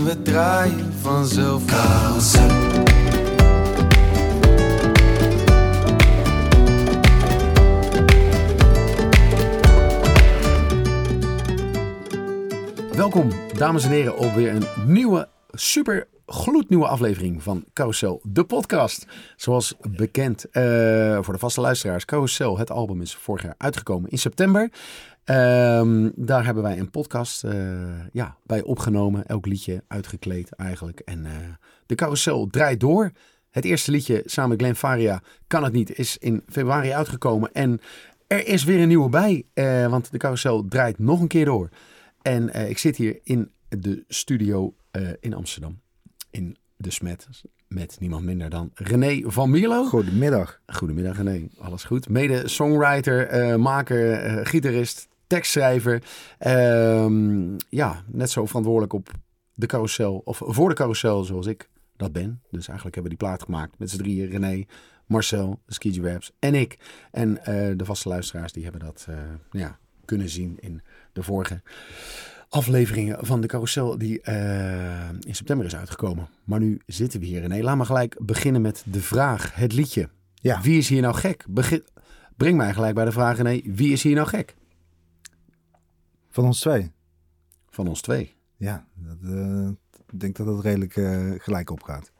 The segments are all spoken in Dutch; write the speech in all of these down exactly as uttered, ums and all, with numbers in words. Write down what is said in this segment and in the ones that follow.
we draaien vanzelf. Carousel. Welkom, dames en heren, op weer een nieuwe, super gloednieuwe aflevering van Carousel, de podcast. Zoals bekend uh, voor de vaste luisteraars, Carousel, het album is vorig jaar uitgekomen in september. Um, daar hebben wij een podcast uh, ja, bij opgenomen, elk liedje uitgekleed eigenlijk. En uh, de Carousel draait door. Het eerste liedje samen met Glenn Faria, Kan het niet, is in februari uitgekomen. En er is weer een nieuwe bij, uh, want de Carousel draait nog een keer door. En uh, ik zit hier in de studio uh, in Amsterdam, in de Smet, met niemand minder dan René van Mierlo. Goedemiddag. Goedemiddag René, alles goed. Mede-songwriter, uh, maker, uh, gitarist, tekstschrijver. Uh, ja, net zo verantwoordelijk op de Carousel, of voor de Carousel zoals ik dat ben. Dus eigenlijk hebben we die plaat gemaakt met z'n drieën, René, Marcel, de Ski Raps en ik. En uh, de vaste luisteraars die hebben dat uh, ja, kunnen zien in de vorige afleveringen van de Carousel die uh, in september is uitgekomen. Maar nu zitten we hier. René, laat maar gelijk beginnen met de vraag, het liedje. Ja. Wie is hier nou gek? Begin, breng mij gelijk bij de vraag, René, wie is hier nou gek? Van ons twee. Van ons twee. Ja, dat, uh, ik denk dat het redelijk uh, gelijk opgaat.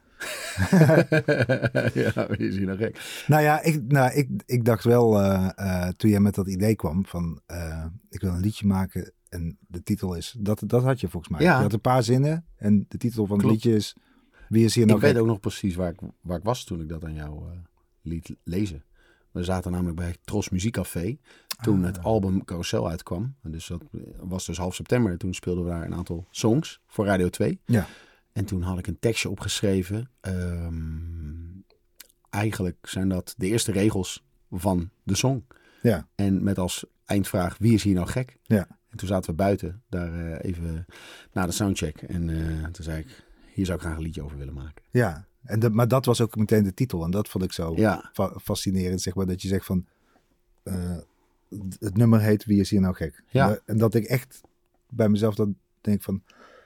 Ja, wie is hier nou gek? Nou ja, ik, nou, ik, ik dacht wel uh, uh, toen jij met dat idee kwam van uh, ik wil een liedje maken en de titel is, dat, dat had je volgens mij. Ja. Je had een paar zinnen en de titel van Klopt. het liedje is Wie is hier nou Ik gek? weet ook nog precies waar ik, waar ik was toen ik dat aan jou uh, liet lezen. We zaten namelijk bij Tros Muziekcafé toen Ah. het album Carousel uitkwam. En dus dat was dus half september. Toen speelden we daar een aantal songs voor Radio twee. Ja. En toen had ik een tekstje opgeschreven. Um, eigenlijk zijn dat de eerste regels van de song. Ja. En met als eindvraag, wie is hier nou gek? Ja. En toen zaten we buiten, daar uh, even na de soundcheck. En uh, toen zei ik, hier zou ik graag een liedje over willen maken. Ja. En dat, maar dat was ook meteen de titel. En dat vond ik zo Ja. fa- fascinerend, zeg maar. Dat je zegt van, uh, het nummer heet Wie is hier nou gek? Ja. Uh, en dat ik echt bij mezelf dan denk van,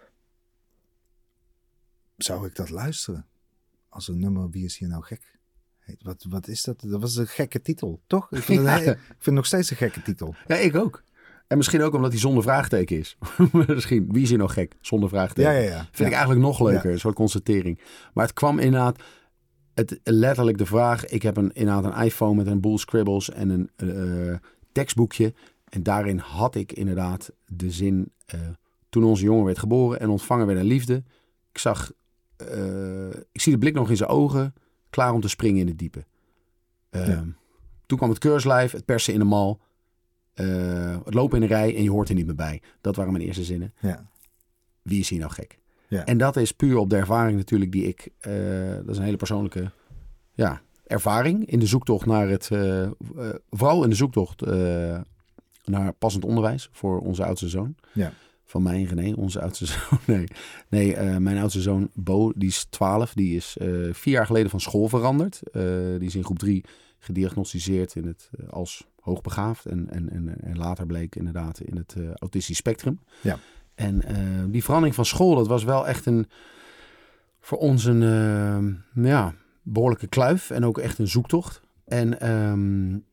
zou ik dat luisteren? Als een nummer Wie is hier nou gek heet? Wat, wat is dat? Dat was een gekke titel, toch? Ik vind, Ja. het, ik vind het nog steeds een gekke titel. Ja, ik ook. En misschien ook omdat hij zonder vraagteken is. Misschien, wie is hier nou gek? Zonder vraagteken. Ja, ja, ja. Vind ja. ik eigenlijk nog leuker, Ja. een soort constatering. Maar het kwam inderdaad, het, letterlijk de vraag. Ik heb een, inderdaad een iPhone met een boel scribbles en een uh, tekstboekje. En daarin had ik inderdaad de zin, uh, toen onze jongen werd geboren en ontvangen werd een liefde. Ik zag, uh, ik zie de blik nog in zijn ogen, klaar om te springen in het diepe. Uh, Ja. Toen kwam het keurslijf, het persen in de mal. Uh, het lopen in een rij en je hoort er niet meer bij. Dat waren mijn eerste zinnen. Ja. Wie is hier nou gek? Ja. En dat is puur op de ervaring natuurlijk die ik... Uh, dat is een hele persoonlijke ja, ervaring in de zoektocht naar het... Uh, uh, vooral in de zoektocht uh, naar passend onderwijs voor onze oudste zoon. Ja. Van mij en René, onze oudste zoon. Nee, nee uh, mijn oudste zoon Bo, die is twaalf. Die is uh, vier jaar geleden van school veranderd. Uh, die is in groep drie gediagnosticeerd in het, uh, als hoogbegaafd. En, en, en, en later bleek inderdaad in het uh, autistisch spectrum. Ja. En uh, die verandering van school, dat was wel echt een... voor ons een uh, ja, behoorlijke kluif. En ook echt een zoektocht. En um,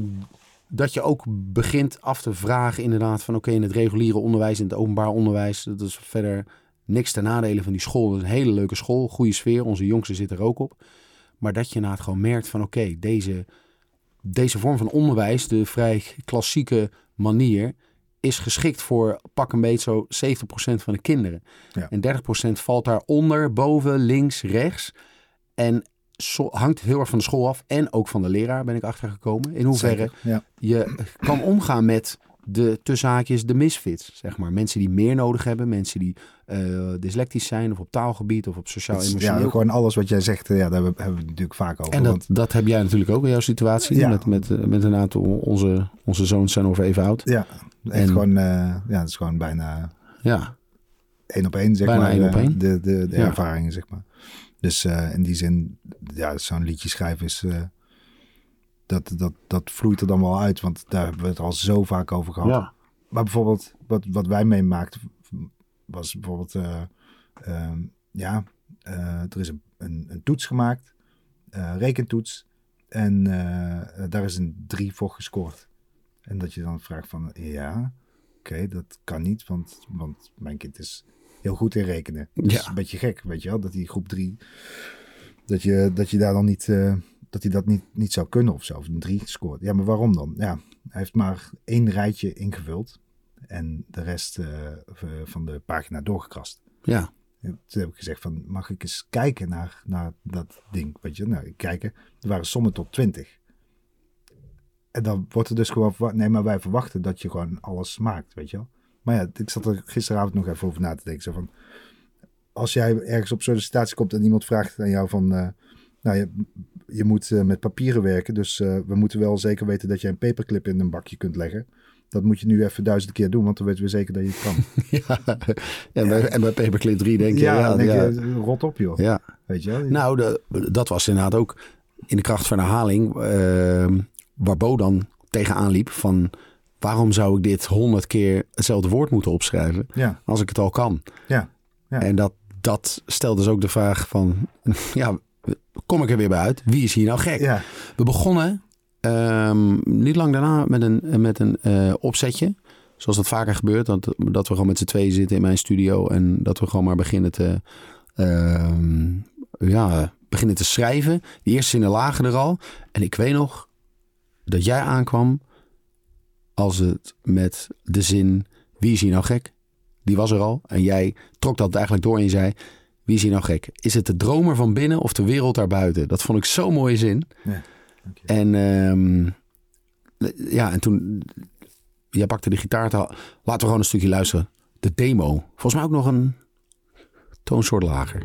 dat je ook begint af te vragen inderdaad van... oké, okay, in het reguliere onderwijs, in het openbaar onderwijs... dat is verder niks ten nadele van die school. Dat is een hele leuke school, goede sfeer. Onze jongste zit er ook op. Maar dat je inderdaad gewoon merkt van... oké, okay, deze, deze vorm van onderwijs, de vrij klassieke manier... is geschikt voor pak een beetje zo zeventig procent van de kinderen. Ja. En dertig procent valt daaronder, boven, links, rechts. En zo hangt heel erg van de school af. En ook van de leraar ben ik achtergekomen. In hoeverre ja. je kan omgaan met de tussen haakjes de misfits. Zeg maar. Mensen die meer nodig hebben. Mensen die uh, dyslectisch zijn. Of op taalgebied. Of op sociaal-emotioneel. Ja, gewoon alles wat jij zegt. Ja, daar hebben we het natuurlijk vaak over. En dat, want... dat heb jij natuurlijk ook in jouw situatie. Ja. Met, met, met een aantal onze, onze zoons zijn over even oud. Ja, echt en, gewoon, uh, ja, het is gewoon bijna ja. één op één, zeg bijna maar. één op één. De, de, de ja. ervaringen, zeg maar. Dus uh, in die zin, ja, zo'n liedje schrijven is... Uh, dat, dat, dat vloeit er dan wel uit, want daar hebben we het al zo vaak over gehad. Ja. Maar bijvoorbeeld, wat, wat wij meemaakten, was bijvoorbeeld... Uh, Um, ja, uh, er is een, een, een toets gemaakt. Uh, rekentoets. En uh, daar is een drie voor gescoord. En dat je dan vraagt van, ja, oké, okay, dat kan niet, want, want mijn kind is heel goed in rekenen. Dus ja. Een beetje gek, weet je wel, dat die groep drie, dat je, dat je daar dan niet, uh, dat hij dat niet, niet zou kunnen of zo, of een drie scoort. Ja, maar waarom dan? Ja, hij heeft maar één rijtje ingevuld en de rest uh, van de pagina doorgekrast. Ja. En toen heb ik gezegd van, mag ik eens kijken naar, naar dat ding, weet je? Nou, kijken, er waren sommen tot twintig. En dan wordt er dus gewoon... Nee, maar wij verwachten dat je gewoon alles maakt, weet je wel. Maar ja, ik zat er gisteravond nog even over na te denken. Zo van, als jij ergens op sollicitatie komt en iemand vraagt aan jou van... Uh, nou, je, je moet uh, met papieren werken. Dus uh, we moeten wel zeker weten dat je een paperclip in een bakje kunt leggen. Dat moet je nu even duizend keer doen, want dan weten we zeker dat je het kan. ja, en, ja. Bij, en bij paperclip drie denk je... Ja, ja, dan denk ja. je, rot op joh. Ja. Weet je wel? Nou, de, dat was inderdaad ook in de kracht van herhaling... Uh, waar Bo dan tegenaan liep van... waarom zou ik dit honderd keer hetzelfde woord moeten opschrijven... Ja. als ik het al kan? Ja. Ja. En dat, dat stelt dus ook de vraag van... ja, kom ik er weer bij uit? Wie is hier nou gek? Ja. We begonnen um, niet lang daarna met een, met een uh, opzetje. Zoals dat vaker gebeurt. Dat, dat we gewoon met z'n tweeën zitten in mijn studio... en dat we gewoon maar beginnen te... Uh, ja, beginnen te schrijven. De eerste zinnen lagen er al. En ik weet nog... dat jij aankwam als het met de zin... wie is hier nou gek? Die was er al. En jij trok dat eigenlijk door en je zei... wie is hier nou gek? Is het de dromer van binnen of de wereld daarbuiten? Dat vond ik zo'n mooie zin. Ja, en um, ja, en toen... jij pakte de gitaar. Te, laten we gewoon een stukje luisteren. De demo. Volgens mij ook nog een toonsoort lager.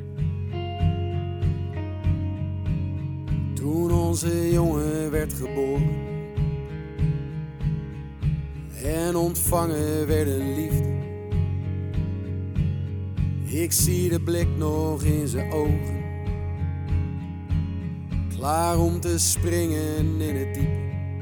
Toen onze jongen werd geboren en ontvangen werd een liefde. Ik zie de blik nog in zijn ogen, klaar om te springen in het diepe.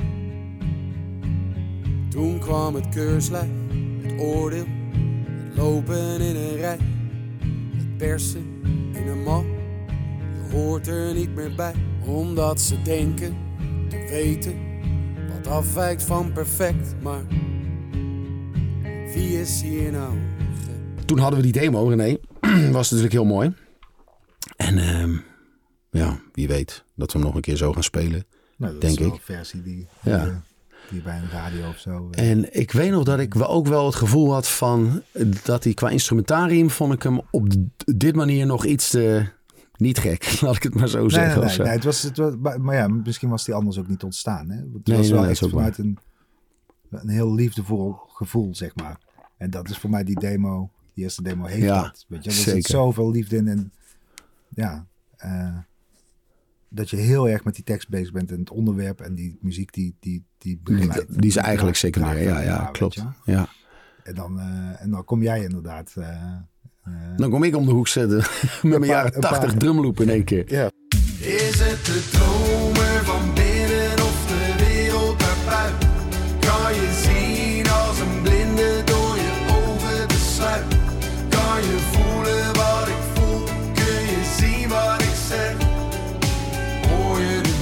Toen kwam het keurslijf, het oordeel, het lopen in een rij, het persen in een mal. Je hoort er niet meer bij, omdat ze denken te weten wat afwijkt van perfect. Maar wie is hier nou gek? Toen hadden we die demo, René. Was natuurlijk heel mooi. En uh, ja, wie weet dat we hem nog een keer zo gaan spelen. Nou, dat denk is wel ik. een versie die, ja. die, die bij een radio of zo... Uh, en ik weet nog dat ik ook wel het gevoel had van... dat hij qua instrumentarium vond ik hem op dit manier nog iets te... niet gek, laat ik het maar zo nee, zeggen. Nee, nee, zo. nee, het was, het was, maar ja, misschien was die anders ook niet ontstaan. Hè? Het nee, was wel nee, echt nee, vanuit een, een heel liefdevol gevoel, zeg maar. En dat is voor mij die demo, die eerste demo heeft ja, dat. Weet je? Er zeker. zit zoveel liefde in en ja, uh, dat je heel erg met die tekst bezig bent en het onderwerp en die muziek die, die, die begeleidt. Die, die is eigenlijk secundair, ja, ja, klopt. Ja. En, dan, uh, en dan kom jij inderdaad... Uh, Uh, dan kom ik om de hoek zetten met mijn jaren tachtig drumloop in één keer. Ja. Is het de dromer van binnen of de wereld daarbuiten? Kan je zien als een blinde door je ogen te sluiten? Kan je voelen wat ik voel? Kun je zien wat ik zeg? Hoor je de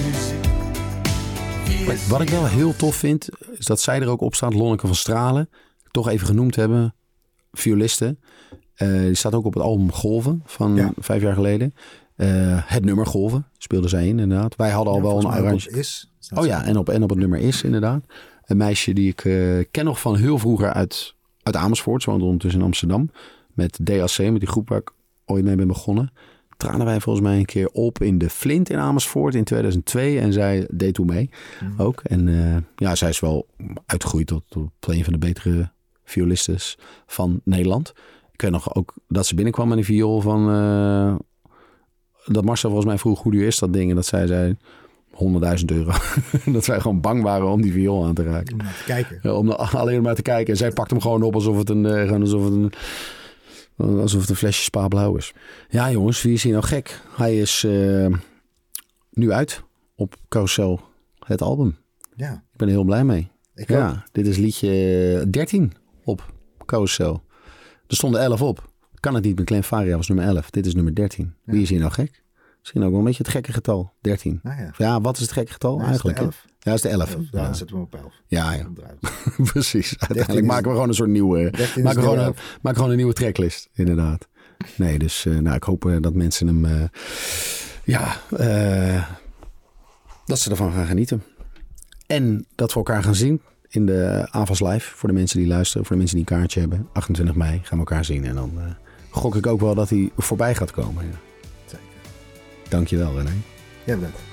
muziek? Wat ik wel heel tof vind, is dat zij er ook op staat, Lonneke van Stralen, toch even genoemd hebben, violiste. Uh, die staat ook op het album Golven van ja. vijf jaar geleden. Uh, het nummer Golven speelde zij in, inderdaad. Wij hadden al ja, wel een arrange... Is. Oh ja, en op, en op het nummer Is, inderdaad. Een meisje die ik uh, ken nog van heel vroeger uit, uit Amersfoort. Ze woonde ondertussen in Amsterdam. Met D A C, met die groep waar ik ooit mee ben begonnen. Traden wij volgens mij een keer op in de Flint in Amersfoort in tweeduizend twee. En zij deed toen mee mm. ook. En uh, ja, zij is wel uitgegroeid tot, tot een van de betere violistes van Nederland. Ik weet nog ook dat ze binnenkwam met een viool van... Uh, dat Marcel volgens mij vroeg hoe duur is dat ding. En dat zij zei honderdduizend euro. Dat wij gewoon bang waren om die viool aan te raken. Om naar te kijken. Ja, om alleen maar te kijken. En zij pakt hem gewoon op alsof het een, uh, alsof het een, alsof het een flesje Spa Blauw is. Ja jongens, wie is hier nou gek? Hij is uh, nu uit op Carousel, het album. Ja. Ik ben er heel blij mee. Ik ja, ook. dit is liedje dertien op Carousel. Er stonden elf op. Kan het niet met Glenn Faria was nummer elf. Dit is nummer dertien. Ja. Wie is hier nou gek? Misschien ook wel een beetje het gekke getal. dertien. Nou ja. Of ja, wat is het gekke getal Nee, eigenlijk? is hè? de elf. Ja, dat is de elf. elf. Ja, Ja, dan zetten we hem op elf. ja, ja. Dan draaien we. Precies. Uiteindelijk is- maken we gewoon een soort nieuwe... dertien Maken is we gewoon de een, maken we gewoon een nieuwe tracklist, inderdaad. Nee, dus uh, nou, ik hoop uh, dat mensen hem... Uh, ja, uh, dat ze ervan gaan genieten. En dat we elkaar gaan zien in de Avas Live. Voor de mensen die luisteren, voor de mensen die een kaartje hebben. achtentwintig mei gaan we elkaar zien. En dan uh, gok ik ook wel dat hij voorbij gaat komen. Ja. Zeker. Dankjewel, René. Jij bent.